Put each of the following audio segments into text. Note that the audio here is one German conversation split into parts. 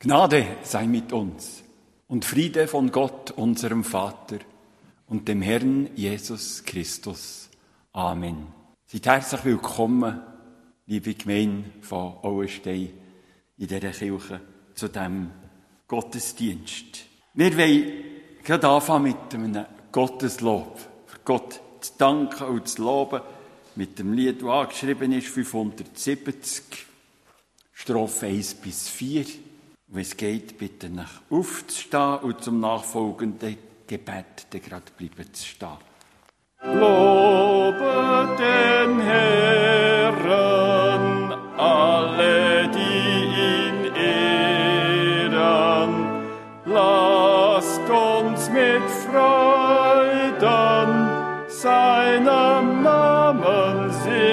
Gnade sei mit uns und Friede von Gott, unserem Vater und dem Herrn Jesus Christus. Amen. Seid herzlich willkommen, liebe Gemeinde von Auenstein, in dieser Kirche, zu diesem Gottesdienst. Wir wollen gerade anfangen mit einem Gotteslob, für Gott zu danken und zu loben, mit dem Lied, das angeschrieben ist, 570, Strophe 1 bis 4. Wenn es geht, bitte nach aufzustehen und zum nachfolgenden Gebet dann gerade bleiben zu stehen. Lobe den Herrn, alle, die ihn ehren. Lasst uns mit Freuden seinem Namen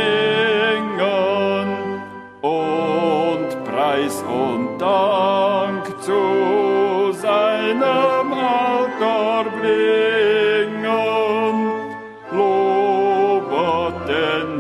singen und Preis und Dank zu seinem Altar bringen. Lobet den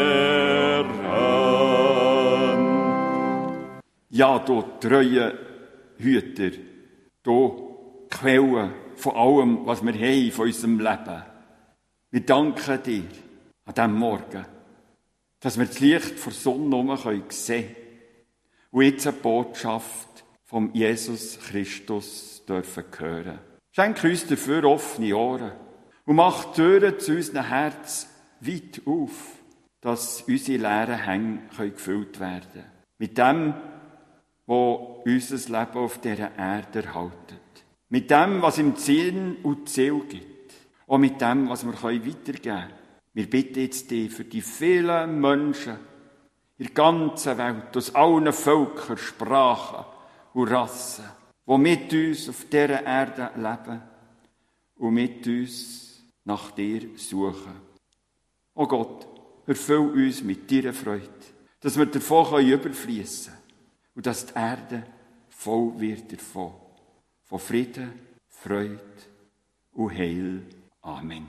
Herrn. Ja, du treue Hüter, du Quelle von allem, was wir haben von unserem Leben. Wir danken dir an diesem Morgen, dass wir das Licht vor der Sonne sehen können und jetzt eine Botschaft vom Jesus Christus dürfen hören. Schenk uns dafür offene Ohren und mach die Türen zu unseren Herzen weit auf, dass unsere leeren Hänge gefüllt werden können. Mit dem, was unser Leben auf dieser Erde erhaltet. Mit dem, was im Sinn und Ziel gibt. Und mit dem, was wir weitergeben können. Wir bitten jetzt dich für die vielen Menschen in der ganzen Welt, aus allen Völkern, Sprachen und Rassen, die mit uns auf dieser Erde leben und mit uns nach dir suchen. O Gott, erfüll uns mit deiner Freude, dass wir davon überfließen können und dass die Erde voll wird davon. Von Frieden, Freude und Heil. Amen.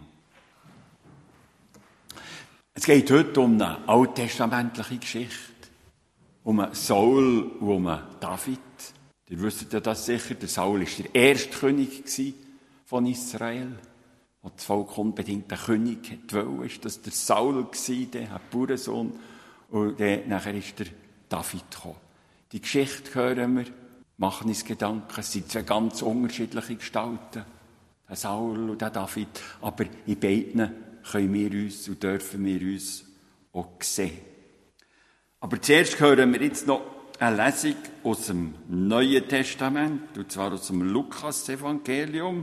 Es geht heute um eine alttestamentliche Geschichte, um Saul und um David. Ihr wisst ja das sicher, der Saul war der erste König von Israel. Und das Volk unbedingt einen König wollte, ist das der Saul gewesen, der Bauernsohn. Und dann nachher ist der David gekommen. Die Geschichte hören wir, machen uns Gedanken, es sind zwei ganz unterschiedliche Gestalten, der Saul und der David, aber in beiden können wir uns und dürfen wir uns auch sehen. Aber zuerst hören wir jetzt noch eine Lesung aus dem Neuen Testament, und zwar aus dem Lukas-Evangelium,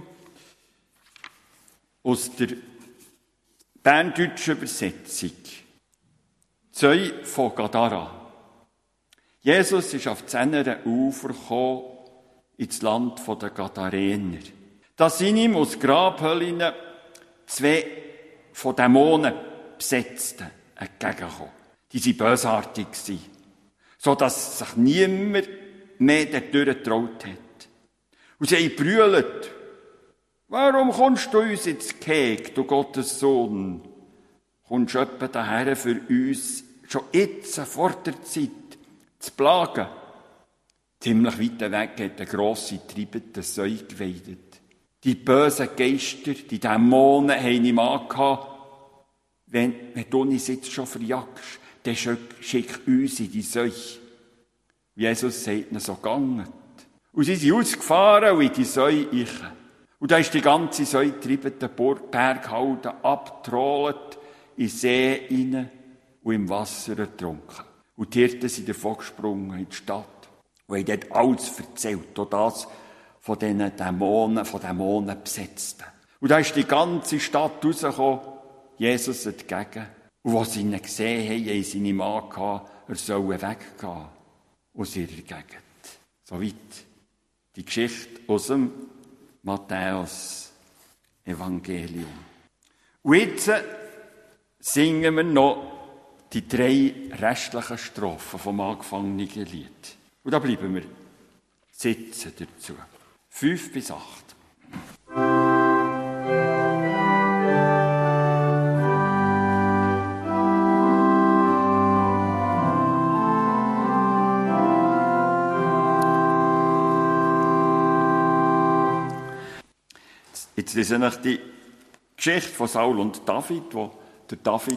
aus der berndeutschen Übersetzung. Zeu von Gadara. Jesus ist auf das andere Ufer gekommen, ins Land der Gadarener. Da sind ihm aus Grabhöllen zwei von Dämonen besetzten entgegengekommen. Die waren bösartig, sodass sich niemand mehr dort getraut hat. Und sie haben gebrüllt: Warum kommst du uns ins Gehege, du Gottes Sohn? Kommst du etwa daher für uns, schon jetzt vor der Zeit, zu plagen? Ziemlich weit weg hat eine grosse treibende Säue geweidet. Die bösen Geister, die Dämonen, haben ihm angehabt: wenn du uns jetzt schon verjagst, dann schick uns in die Säue. Jesus sagt ihnen so: Ganget. Und sie sind ausgefahren und in die Säue rein. Und da ist die ganze säutreibende Berghalde abgetrollt, in den See rein und im Wasser ertrunken. Und die Hirten sind davon gesprungen in die Stadt und haben dort alles erzählt, auch das von diesen Dämonen besetzten. Und da ist die ganze Stadt rausgekommen, Jesus entgegen. Und als sie ihn gesehen haben, haben sie ihm angehabt, er solle weggehen aus ihrer Gegend. Soweit die Geschichte aus dem Matthäus-Evangelium. Und jetzt singen wir noch die 3 restlichen Strophen vom angefangenen Lied. Und da bleiben wir sitzen dazu. 5 bis 8. Jetzt lese ich die Geschichte von Saul und David, wo der David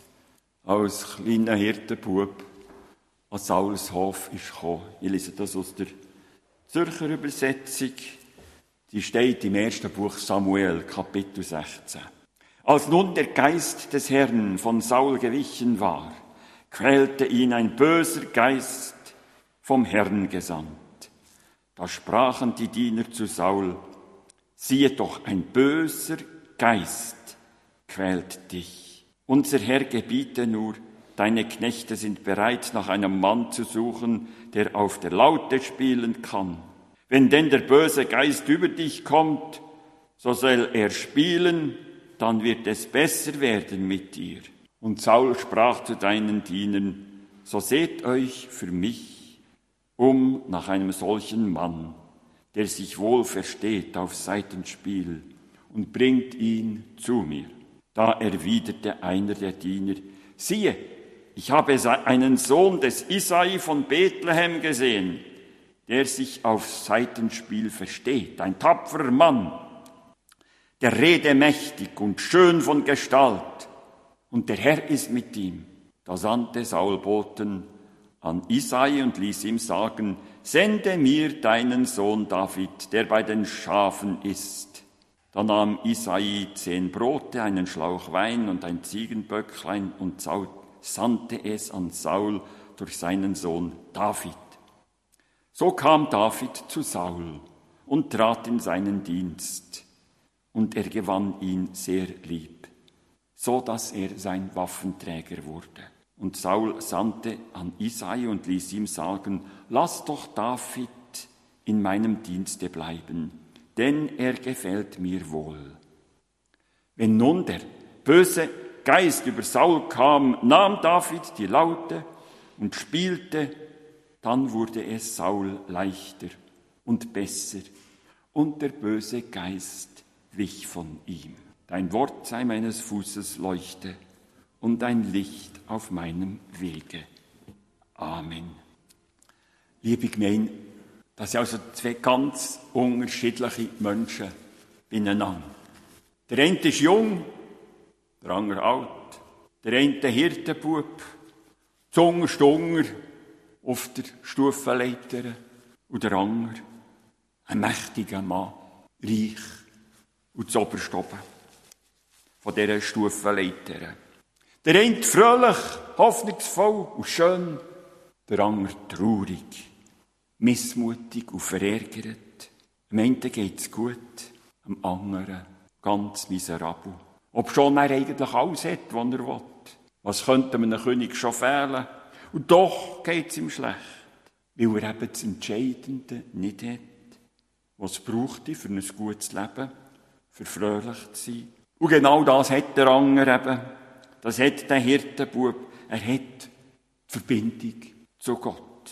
als kleiner Hirtenbub an Sauls Hof ist gekommen. Ich lese das aus der Zürcher Übersetzung. Die steht im ersten Buch Samuel, Kapitel 16. Als nun der Geist des Herrn von Saul gewichen war, quälte ihn ein böser Geist vom Herrn gesandt. Da sprachen die Diener zu Saul: Siehe doch, ein böser Geist quält dich. Unser Herr gebiete nur, deine Knechte sind bereit, nach einem Mann zu suchen, der auf der Laute spielen kann. Wenn denn der böse Geist über dich kommt, so soll er spielen, dann wird es besser werden mit dir. Und Saul sprach zu deinen Dienern: So seht euch für mich um nach einem solchen Mann, der sich wohl versteht auf Saitenspiel, und bringt ihn zu mir. Da erwiderte einer der Diener: Siehe, ich habe einen Sohn des Isai von Bethlehem gesehen, der sich auf Saitenspiel versteht, ein tapferer Mann, der Rede mächtig und schön von Gestalt, und der Herr ist mit ihm. Da sandte Saul Boten an Isai und ließ ihm sagen: Sende mir deinen Sohn David, der bei den Schafen ist. Da nahm Isai 10 Brote, einen Schlauch Wein und ein Ziegenböcklein und sandte es an Saul durch seinen Sohn David. So kam David zu Saul und trat in seinen Dienst, und er gewann ihn sehr lieb, so dass er sein Waffenträger wurde. Und Saul sandte an Isai und ließ ihm sagen: Lass doch David in meinem Dienste bleiben, denn er gefällt mir wohl. Wenn nun der böse Geist über Saul kam, nahm David die Laute und spielte, dann wurde es Saul leichter und besser, und der böse Geist wich von ihm. Dein Wort sei meines Fußes Leuchte und ein Licht auf meinem Wege. Amen. Liebe Gemeinde, das sind also 2 ganz unterschiedliche Menschen beieinander. Der eine ist jung, der andere alt. Der eine Hirtenbub, zuunterst auf der Stufenleiter, und der andere ein mächtiger Mann, reich und zuoberst oben von dieser Stufenleiter. Der eine fröhlich, hoffnungsvoll und schön, der andere traurig, missmutig und verärgert. Am einen geht's gut, am anderen ganz miserabel. Obschon er eigentlich alles hat, was er will. Was könnte einem König schon fehlen? Und doch geht's ihm schlecht, weil er eben das Entscheidende nicht hat, was es brauchte für ein gutes Leben, für fröhlich zu sein. Und genau das hat der andere eben. Das hat der Hirtenbub. Er hat die Verbindung zu Gott.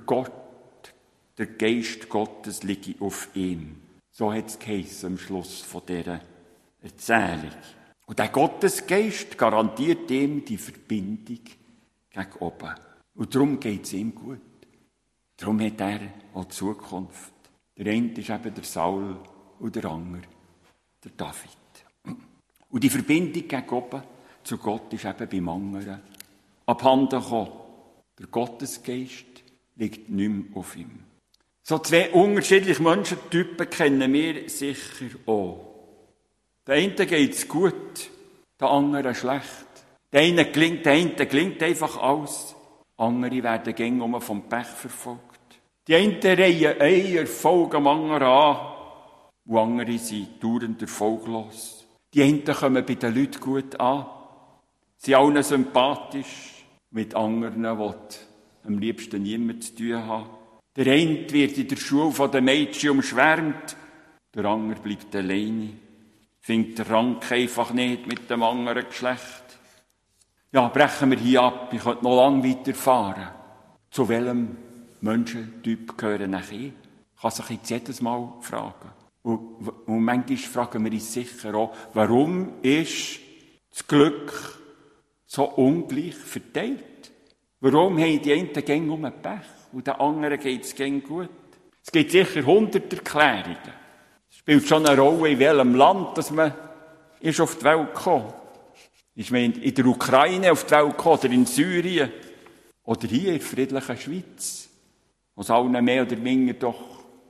Der Geist Gottes liegt auf ihm. So hat es geheißen am Schluss von dieser Erzählung. Und der Gottesgeist garantiert ihm die Verbindung gegen oben. Und darum geht es ihm gut. Darum hat er auch die Zukunft. Der eine ist eben der Saul und der andere der David. Und die Verbindung gegen oben zu Gott ist eben beim anderen abhanden gekommen. Der Gottesgeist liegt nicht mehr auf ihm. So 2 unterschiedliche Menschentypen kennen wir sicher auch. Der eine geht's gut, der andere schlecht. Der eine gelingt einfach alles. Andere werden gängig vom Pech verfolgt. Die einen reihen einen Erfolg am anderen an, und andere sind dauernd erfolglos. Die einen kommen bei den Leuten gut an, sind allen sympathisch, mit anderen will am liebsten niemand zu tun haben. Der eine wird in der Schule von den Mädchen umschwärmt, der andere bleibt alleine, findet den Rang einfach nicht mit dem anderen Geschlecht. Ja, brechen wir hier ab, ich könnte noch lange weiterfahren. Zu welchem Menschentyp gehören ich? Kann sich jetzt jedes Mal fragen. Und manchmal fragen wir uns sicher auch, warum ist das Glück so ungleich verteilt? Warum haben die einen gäng um Pech und den anderen geht es gäng gut? Es gibt sicher 100 Erklärungen. Es Spielt schon eine Rolle, in welchem Land dass man ist auf die Welt gekommen. Ist man in der Ukraine auf die Welt gekommen, oder in Syrien, oder hier in der friedlichen Schweiz, wo es allen mehr oder weniger doch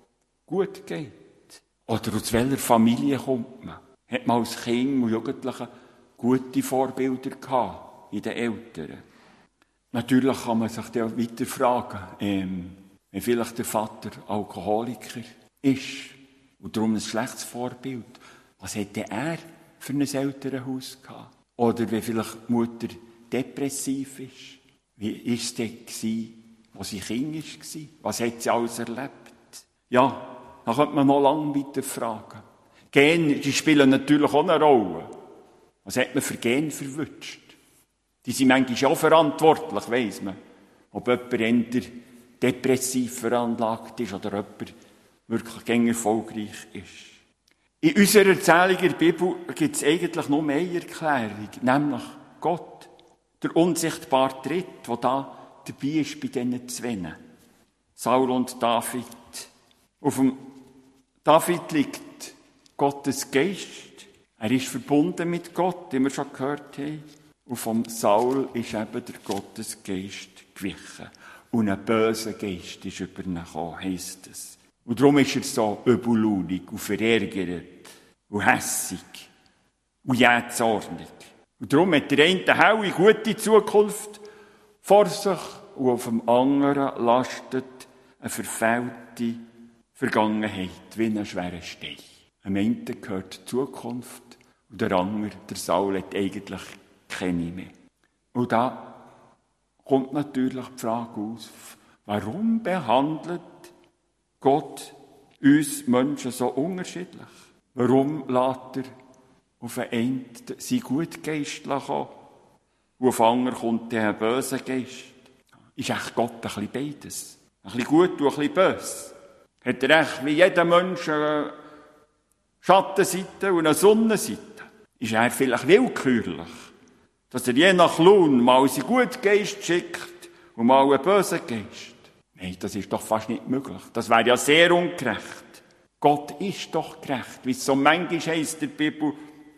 gut geht. Oder aus welcher Familie kommt man? Hat man als Kind und Jugendliche gute Vorbilder gehabt in den Eltern? Natürlich kann man sich dann weiter fragen, wenn vielleicht der Vater Alkoholiker ist und darum ein schlechtes Vorbild, was hätte er für ein Elternhaus gehabt? Oder wenn vielleicht die Mutter depressiv ist, wie war es denn, als sie Kind war? Was hat sie alles erlebt? Ja, da könnte man noch lange weiter fragen. Gene, die spielen natürlich auch eine Rolle. Was hat man für Gene verwünscht? Die sind manchmal auch verantwortlich, weiss man. Ob jemand eher depressiv veranlagt ist oder jemand wirklich gängig erfolgreich ist. In unserer Erzählung in der Bibel gibt es eigentlich nur eine Erklärung, nämlich Gott, der unsichtbare Dritt, der da dabei ist bei diesen Zweien. Saul und David. Auf dem David liegt Gottes Geist. Er ist verbunden mit Gott, wie wir schon gehört haben. Und vom Saul ist eben der Gottesgeist gewichen. Und ein böser Geist ist über ihn gekommen, heisst es. Und darum ist er so übellaunig und verärgert und hässig und jähzornig. Und darum hat der eine helle, gute Zukunft vor sich und auf dem anderen lastet eine verfehlte Vergangenheit wie ein schwerer Stein. Am einen gehört die Zukunft und der andere, der Saul, hat eigentlich keine mehr. Und da kommt natürlich die Frage aus, warum behandelt Gott uns Menschen so unterschiedlich? Warum lässt er auf den einen seinen guten Geist kommen und auf den anderen kommt der böse Geist? Ist echt Gott ein bisschen beides? Ein bisschen gut und ein bisschen böse? Hat er echt wie jeder Mensch eine Schattenseite und eine Sonnenseite? Ist er vielleicht willkürlich, dass er je nach Lohn mal seinen guten Geist schickt und mal einen bösen Geist? Nein, das ist doch fast nicht möglich. Das wäre ja sehr ungerecht. Gott ist doch gerecht, wie es so manchmal heisst in der Bibel.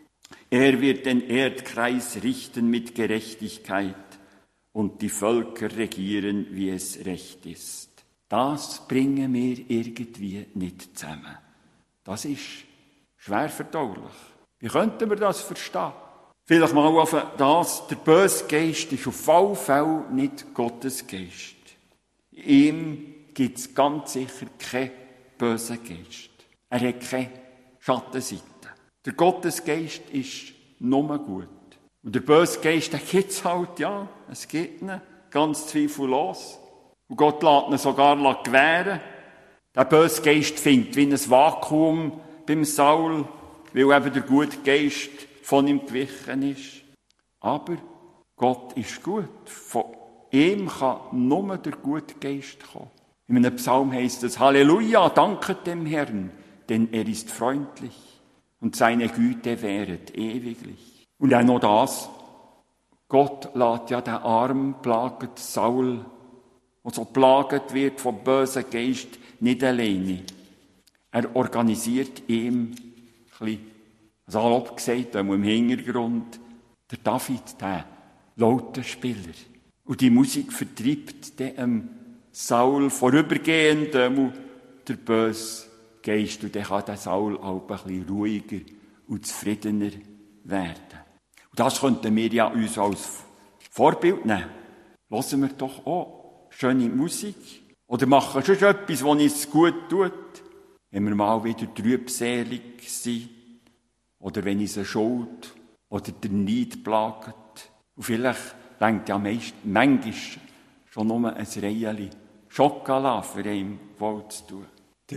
Er wird den Erdkreis richten mit Gerechtigkeit und die Völker regieren, wie es recht ist. Das bringen wir irgendwie nicht zusammen. Das ist schwer verdaulich. Wie könnten wir das verstehen? Vielleicht mal auf das, der böse Geist ist auf alle Fälle nicht Gottes Geist. In ihm gibt es ganz sicher keinen bösen Geist. Er hat keine Schattenseite. Der Gottesgeist ist nur gut. Und der böse Geist, den gibt es halt, ja. Es gibt ihn, ganz zweifellos. Und Gott lässt ihn sogar gewähren. Der böse Geist findet wie ein Vakuum beim Saul, weil eben der gute Geist von ihm gewichen ist. Aber Gott ist gut. Von ihm kann nur der gute Geist kommen. In einem Psalm heisst es, Halleluja, danket dem Herrn, denn er ist freundlich und seine Güte währet ewiglich. Und auch noch das, Gott lässt ja den armen, plageten Saul, der so plaget wird vom bösen Geist, nicht alleine. Er organisiert ihm ein bisschen, salopp gesagt, im Hintergrund, der David, der Lautenspieler. Und die Musik vertreibt dem Saul vorübergehend der böse Geist. Und dann kann der Saul auch ein bisschen ruhiger und zufriedener werden. Und das könnten wir ja uns als Vorbild nehmen. Hören wir doch auch schöne Musik. Oder machen schon etwas, was uns gut tut. Wenn wir mal wieder trübselig sind. Oder wenn uns eine Schuld oder der Neid plagt. Und vielleicht denkt ja manchmal schon nur ein Reihen Schokolade für einen wohl zu tun. Der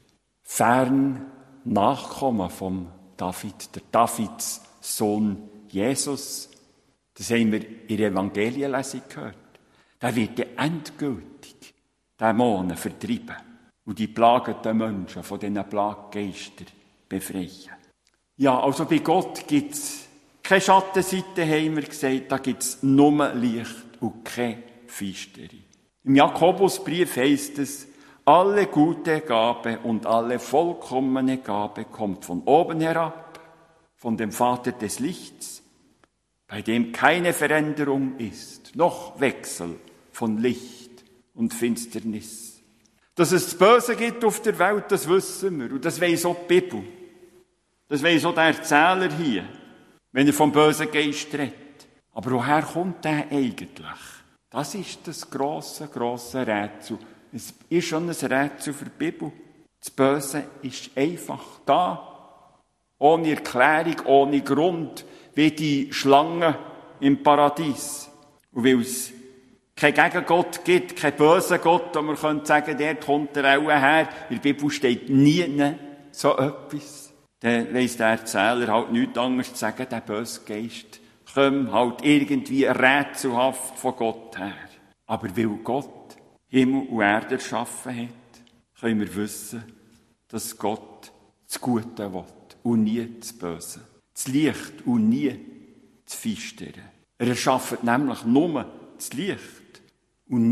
ferne Nachkommen vom David, der Davids Sohn Jesus, das haben wir in der Evangelienlesung gehört. Der wird ja endgültig Dämonen vertreiben und die plagenden Menschen von diesen Plaggeistern befreien. Ja, also bei Gott gibt es keine Schattenseite, haben wir gesagt, da gibt es nur Licht und keine Finsternis. Im Jakobusbrief heisst es, Alle gute Gabe und alle vollkommene Gabe kommt von oben herab, von dem Vater des Lichts, bei dem keine Veränderung ist, noch Wechsel von Licht und Finsternis. Dass es das Böse gibt auf der Welt, das wissen wir. Und das weiss auch die Bibel. Das weiss auch der Erzähler hier, wenn er vom bösen Geist redet. Aber woher kommt der eigentlich? Das ist das grosse Rätsel. Es ist schon ein Rätsel für die Bibel. Das Böse ist einfach da. Ohne Erklärung, ohne Grund. Wie die Schlange im Paradies. Und weil es keinen Gegengott gibt, keinen bösen Gott, und man könnte sagen, der kommt der auch her. In der Bibel steht nie so etwas. Dann weiss der Erzähler halt nichts anderes zu sagen, der böse Geist kommt halt irgendwie rätselhaft von Gott her. Aber weil Gott Himmel und Erde erschaffen hat, können wir wissen, dass Gott das Gute will und nie das Böse. Das Licht und nie das Feistere. Er erschafft nämlich nur das Licht und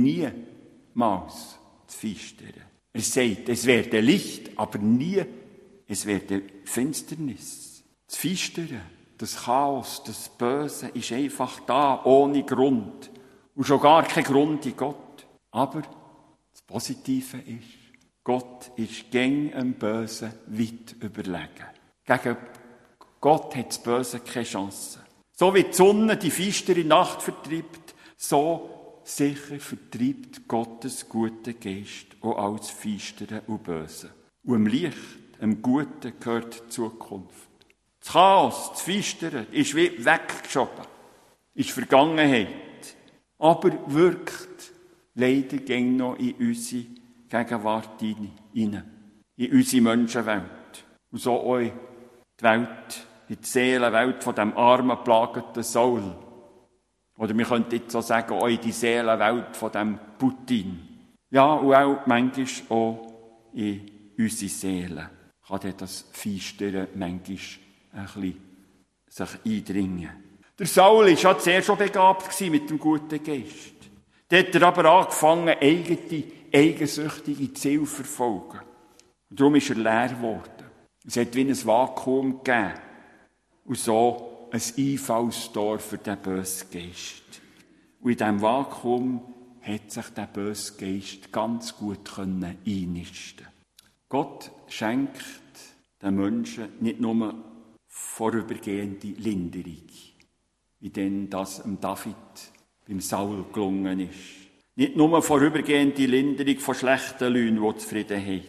niemals das Feistere. Er sagt, es werde Licht, aber nie es werde Finsternis. Das Feistere, das Chaos, das Böse ist einfach da, ohne Grund. Und schon gar kein Grund in Gott. Aber das Positive ist, Gott ist gegen dem Bösen weit überlegen. Gegen Gott hat das Böse keine Chance. So wie die Sonne die feistere Nacht vertreibt, so sicher vertreibt Gottes guter Geist auch alles Feistere und Böse. Und im Licht, im Guten gehört die Zukunft. Das Chaos, das Feistere ist wie weggeschoben, ist Vergangenheit. Aber wirkt leider gäng noch in unsere Gegenwart hinein. In unsere Menschenwelt. Und so auch in die Welt, in die Seelenwelt von dem armen, plageten Saul. Oder wir könnten jetzt so sagen, auch in die Seelenwelt von dem Putin. Ja, und auch manchmal auch in unsere Seele kann das Feistere manchmal ein bisschen sich eindringen. Der Saul war ja zuerst schon begabt mit dem guten Geist. Dann hat er aber angefangen, eigensüchtige Ziele zu verfolgen. Und darum ist er leer geworden. Es hat wie ein Vakuum gegeben. Und so ein Einfallstor für den bösen Geist. Und in diesem Vakuum hat sich der böse Geist ganz gut einnisten. Gott schenkt den Menschen nicht nur vorübergehende Linderung, wie denn das dem David beim Saul gelungen ist. Nicht nur vorübergehende Linderung von schlechten Leuten, die Zufriedenheit,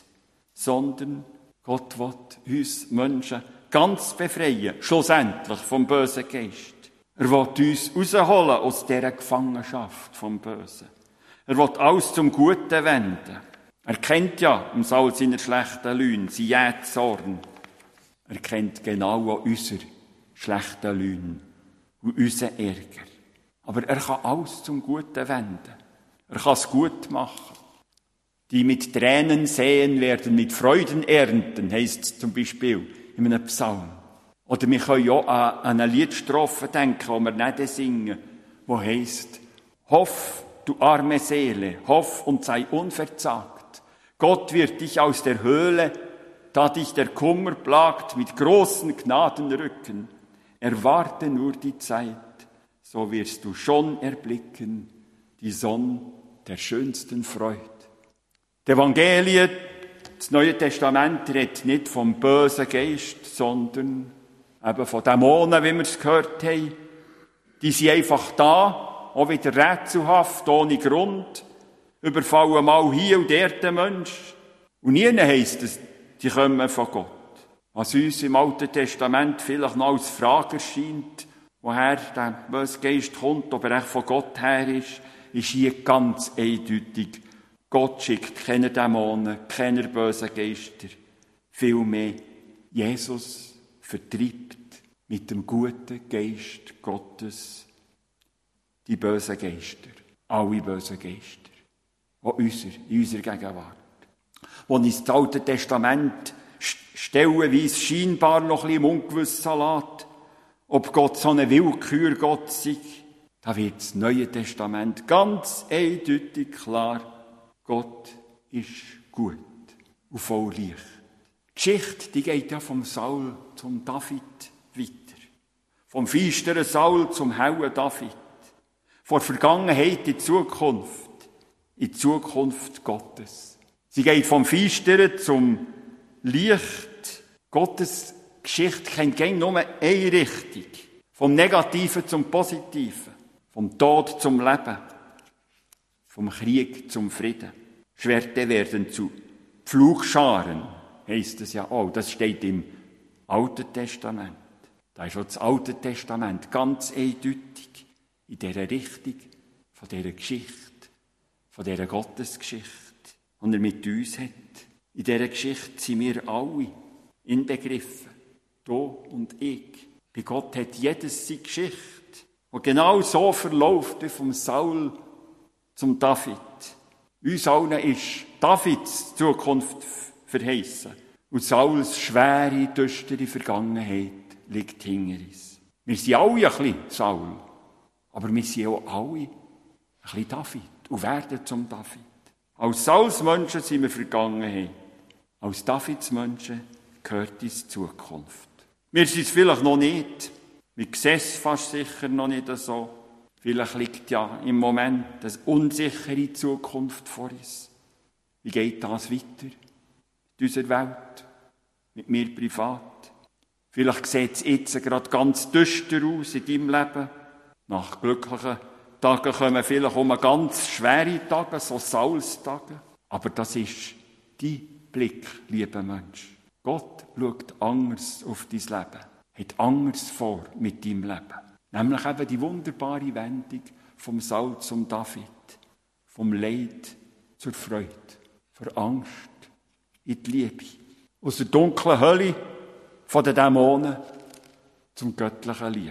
sondern Gott will uns Menschen ganz befreien, schlussendlich vom bösen Geist. Er will uns rausholen aus dieser Gefangenschaft vom Bösen. Er will alles zum Guten wenden. Er kennt ja im Saul seiner schlechten Lügen, sein Jähzorn. Er kennt genau auch unsere schlechten Lügen und unseren Ärger. Aber er kann alles zum Guten wenden. Er kann es gut machen. Die mit Tränen säen werden, mit Freuden ernten, heisst es zum Beispiel in einem Psalm. Oder wir können ja an eine Liedstrophe denken, die wir nicht singen, wo heisst, hoff, du arme Seele, hoff und sei unverzagt. Gott wird dich aus der Höhle, da dich der Kummer plagt, mit großen Gnaden rücken. Erwarte nur die Zeit, so wirst du schon erblicken, die Sonne der schönsten Freude. Die Evangelien, das Neue Testament redet nicht vom bösen Geist, sondern eben von Dämonen, wie wir es gehört haben. Die sind einfach da, auch wieder rätselhaft, ohne Grund, überfallen mal hier und dort den Mensch. Und nie heisst es, die kommen von Gott. Was uns im Alten Testament vielleicht noch als Frage erscheint, woher der böse Geist kommt, ob er echt von Gott her ist hier ganz eindeutig. Gott schickt keine Dämonen, keine bösen Geister. Vielmehr, Jesus vertreibt mit dem guten Geist Gottes die bösen Geister. Alle bösen Geister. Auch in unserer Gegenwart. Wo uns das Alte Testament stellenweise scheinbar noch ein bisschen im Ungewissen lässt, ob Gott so eine Willkürgott sei, da wird das Neue Testament ganz eindeutig klar. Gott ist gut und voll Licht. Die Geschichte, die geht ja vom Saul zum David weiter. Vom feisteren Saul zum hellen David. Von Vergangenheit in die Zukunft Gottes. Sie geht vom Feisteren zum Licht. Gottes Geschichte kennt gäng nur eine Richtung. Vom Negativen zum Positiven. Vom Tod zum Leben. Vom Krieg zum Frieden. Schwerter werden zu Pflugscharen, heisst es ja auch. Das steht im Alten Testament. Da ist auch das Alte Testament ganz eindeutig in dieser Richtung von dieser Geschichte, von dieser Gottesgeschichte, die er mit uns hat. In dieser Geschichte sind wir alle inbegriffen, du und ich. Bei Gott hat jedes seine Geschichte, die genau so verläuft wie vom Saul zum David. Uns allen ist Davids Zukunft verheißen und Sauls schwere, düstere Vergangenheit liegt hinter uns. Wir sind alle ein bisschen Saul, aber wir sind auch alle ein bisschen David und werden zum David. Als Sauls Menschen sind wir Vergangenheit. Als Davids Menschen gehört uns Zukunft. Wir sind es vielleicht noch nicht. Wir sehen es fast sicher noch nicht so. Vielleicht liegt ja im Moment eine unsichere Zukunft vor uns. Wie geht das weiter? In unserer Welt? Mit mir privat? Vielleicht sieht es jetzt gerade ganz düster aus in deinem Leben. Nach glücklichen Tagen kommen vielleicht ganz schwere Tage, so Saulstage. Aber das ist dein Blick, lieber Mensch. Gott schaut anders auf dein Leben, hat anders vor mit deinem Leben. Nämlich eben die wunderbare Wendung vom Saul zum David, vom Leid zur Freude, von Angst in die Liebe, aus der dunklen Hölle von den Dämonen zum göttlichen Licht.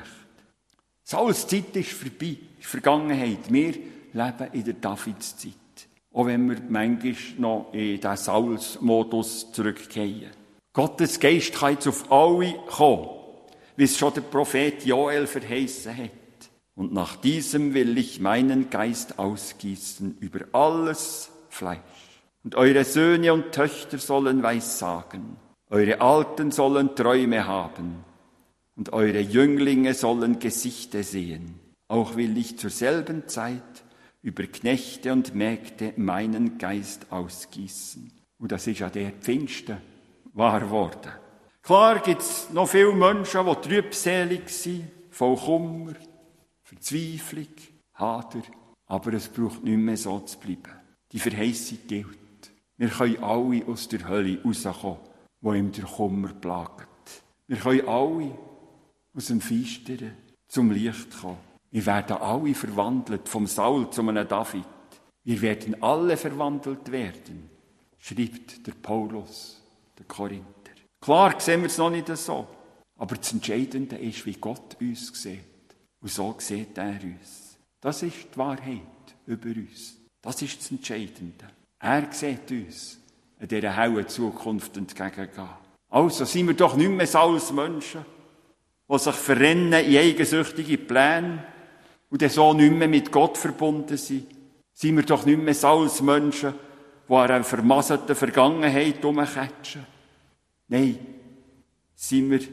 Sauls Zeit ist vorbei, ist Vergangenheit. Wir leben in der Davidszeit. Auch wenn wir manchmal noch in den Sauls-Modus zurückkehren. Gottes Geist kann jetzt auf alle kommen, wie es schon der Prophet Joel verheißen hat. Und nach diesem will ich meinen Geist ausgießen über alles Fleisch. Und eure Söhne und Töchter sollen Weissagen. Eure Alten sollen Träume haben. Und eure Jünglinge sollen Gesichter sehen. Auch will ich zur selben Zeit über Knechte und Mägde meinen Geist ausgießen. Und das ist ja der Pfingsten wahr geworden. Klar gibt es noch viele Menschen, die trübselig sind, voll Kummer, Verzweiflung, Hader. Aber es braucht nicht mehr so zu bleiben. Die Verheißung gilt. Wir können alle aus der Hölle rauskommen, wo ihm der Kummer plagt. Wir können alle aus dem Feisteren zum Licht kommen. Wir werden alle verwandelt, vom Saul zu einem David. Wir werden alle verwandelt werden, schreibt der Paulus, der Korinther. Klar sehen wir es noch nicht so, aber das Entscheidende ist, wie Gott uns sieht. Und so sieht er uns. Das ist die Wahrheit über uns. Das ist das Entscheidende. Er sieht uns in dieser hellen Zukunft entgegengehen. Also sind wir doch nicht mehr Sauls Menschen, die sich verrennen in eigensüchtige Pläne und dann so nicht mehr mit Gott verbunden sind. Sind wir doch nicht mehr Sauls Menschen, die an einer vermasselten Vergangenheit herumkatschen. Nein, sind wir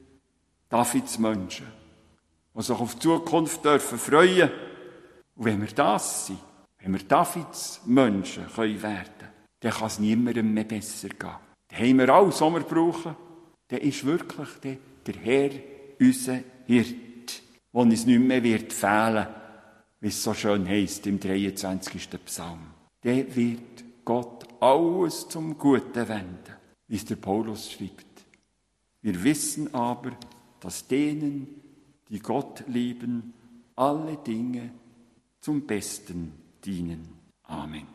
Davids Menschen, die sich auf die Zukunft dürfen freuen. Und wenn wir das sind, wenn wir Davids Menschen werden können, dann kann es niemandem mehr besser gehen. Dann haben wir alles, was wir brauchen. Dann ist wirklich der Herr unser Hirt, der uns nicht mehr fehlen wird, wie es so schön heisst im 23. Psalm. Dann wird Gott alles zum Guten wenden, wie es der Paulus schreibt. Wir wissen aber, dass denen, die Gott lieben, alle Dinge zum Besten dienen. Amen.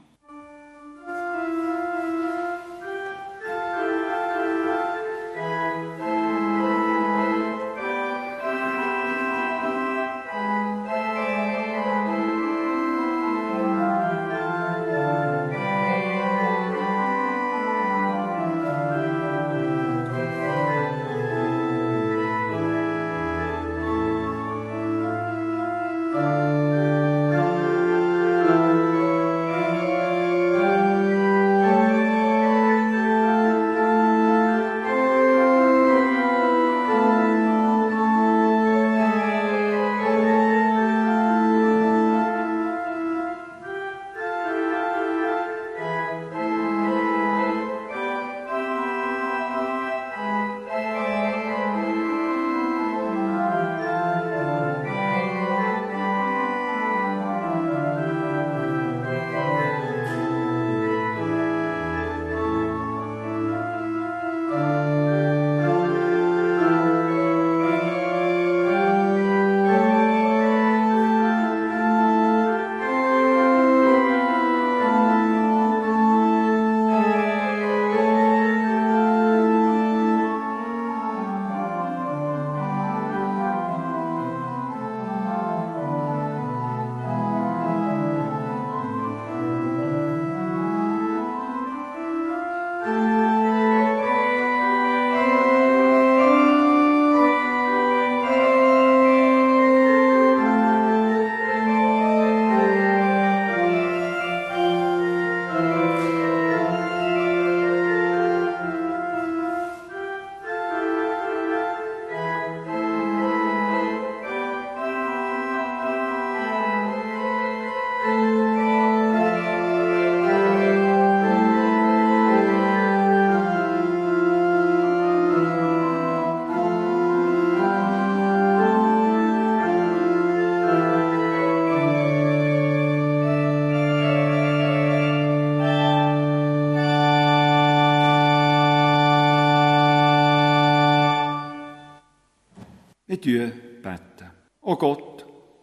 beten. Oh Gott,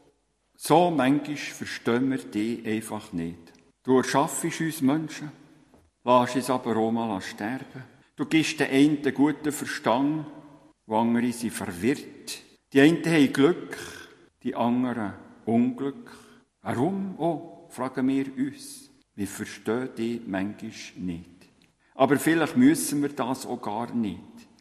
so manchmal verstehen wir dich einfach nicht. Du erschaffst uns Menschen, lässt uns aber auch mal sterben. Du gibst den einen guten Verstand, die anderen sind verwirrt. Die einen haben Glück, die anderen Unglück. Warum? Oh, fragen wir uns. Wir verstehen dich manchmal nicht. Aber vielleicht müssen wir das auch gar nicht,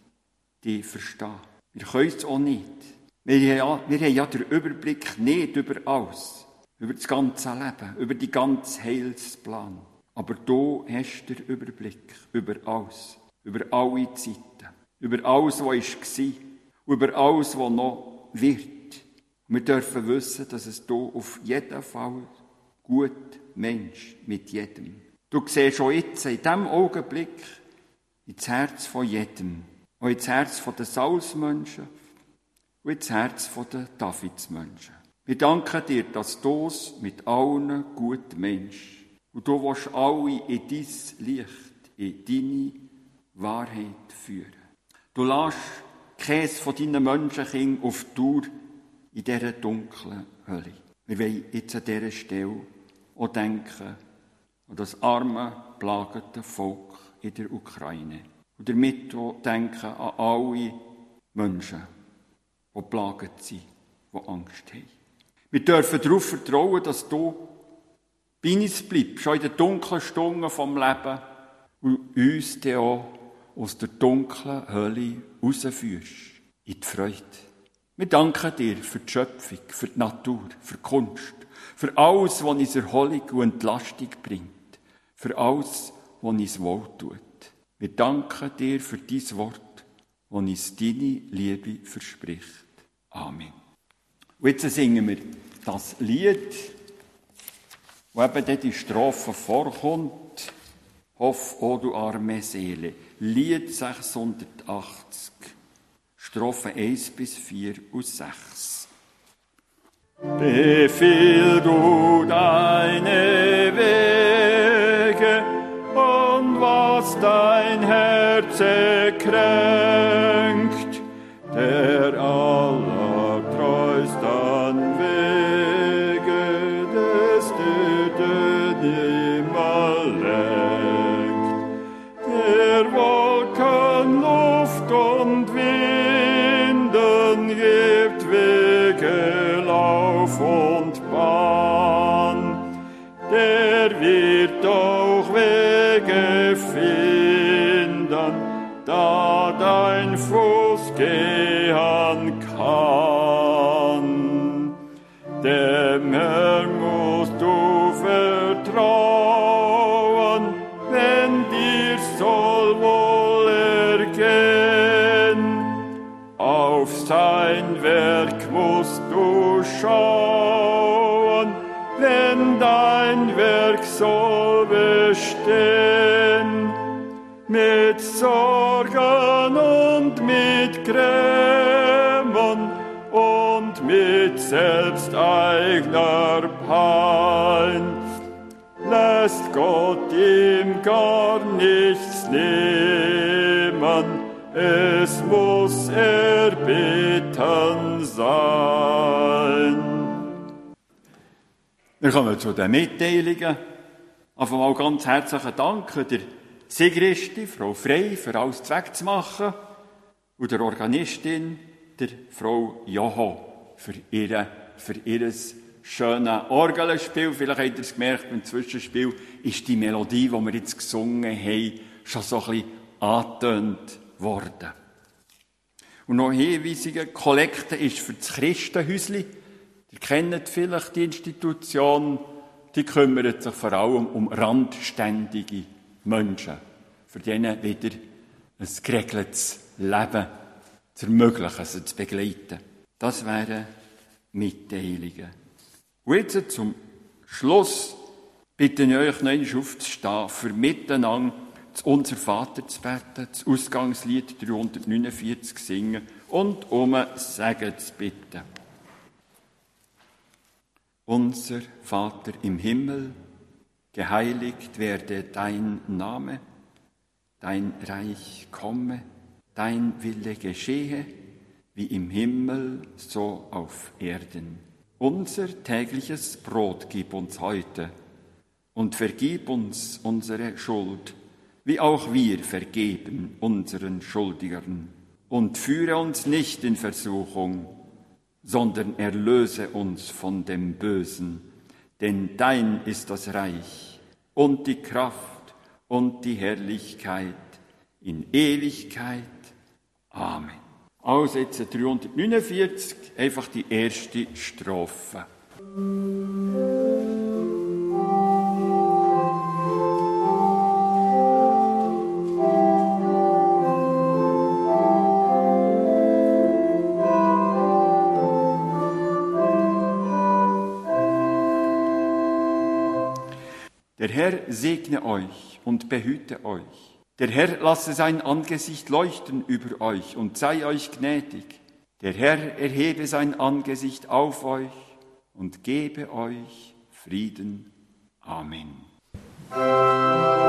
die verstehen. Wir können es auch nicht. Wir haben ja den Überblick nicht über alles, über das ganze Leben, über die ganze Heilsplan. Aber du hast den Überblick über alles, über alle Zeiten, über alles, was war, über alles, was noch wird. Wir dürfen wissen, dass es du auf jeden Fall gut Mensch mit jedem. Du siehst schon jetzt, in diesem Augenblick, ins Herz von jedem. Auch ins Herz der Saulsmenschen und ins Herz der Davidsmenschen. Wir danken dir, dass du es mit allen guten Menschen und du willst alle in dein Licht, in deine Wahrheit führen. Du lässt keines von deinen Menschenkindern auf Dauer in dieser dunklen Hölle. Wir wollen jetzt an dieser Stelle auch denken an das arme, belagerte Volk in der Ukraine. Und damit auch denken an alle Menschen, die belagert sind, die Angst haben. Wir dürfen darauf vertrauen, dass du bei uns bleibst, schon in den dunklen Stunden des Lebens und uns dann auch aus der dunklen Hölle rausführst, in die Freude. Wir danken dir für die Schöpfung, für die Natur, für die Kunst, für alles, was uns Erholung und Entlastung bringt, für alles, was uns wohltut. Wir danken dir für dein Wort, das uns deine Liebe verspricht. Amen. Und jetzt singen wir das Lied, wo eben dann die Strophe vorkommt. Hoff, o du arme Seele. Lied 680, Strophe 1 bis 4 und 6. Befiehl du deine Wege und was dein Herz kränkt, der allertreusten Wege des der Himmel lenkt, der Wolken, Luft und Winden gibt Wege, Lauf und Bahn, der wird auch Wege finden, da dein Fuß gehen kann. Dem Herrn musst du vertrauen, wenn dir soll wohl ergehen. Auf sein Werk musst du schauen, wenn dein Werk soll bestehen. Mit Sorgen und mit Grämen und mit selbsteigner Pein lässt Gott ihm gar nichts nehmen, es muss erbeten sein. Wir kommen zu den Mitteilungen. Auf einmal ganz herzlichen Dank der Sigristi, Frau Frey, für alles wegzumachen und der Organistin, der Frau Joho, für ihr schönes Orgelspiel. Vielleicht habt ihr es gemerkt, beim Zwischenspiel ist die Melodie, die wir jetzt gesungen haben, schon so ein bisschen angetönt worden. Und noch Hinweisungen, Kollekte ist für das Christenhäusli. Ihr kennt vielleicht die Institution, die kümmert sich vor allem um randständige Menschen, für denen wieder ein geregeltes Leben zu ermöglichen, sie zu begleiten. Das wären Mitteilungen. Und jetzt zum Schluss bitte ich euch noch einmal aufzustehen, für miteinander zu Unser Vater zu beten, das Ausgangslied 349 singen und um Segen zu bitten. Unser Vater im Himmel, geheiligt werde dein Name, dein Reich komme, dein Wille geschehe, wie im Himmel, so auf Erden. Unser tägliches Brot gib uns heute und vergib uns unsere Schuld, wie auch wir vergeben unseren Schuldigern. Und führe uns nicht in Versuchung, sondern erlöse uns von dem Bösen. Denn dein ist das Reich und die Kraft und die Herrlichkeit in Ewigkeit. Amen. Also jetzt 349, einfach die erste Strophe. Der Herr segne euch und behüte euch. Der Herr lasse sein Angesicht leuchten über euch und sei euch gnädig. Der Herr erhebe sein Angesicht auf euch und gebe euch Frieden. Amen.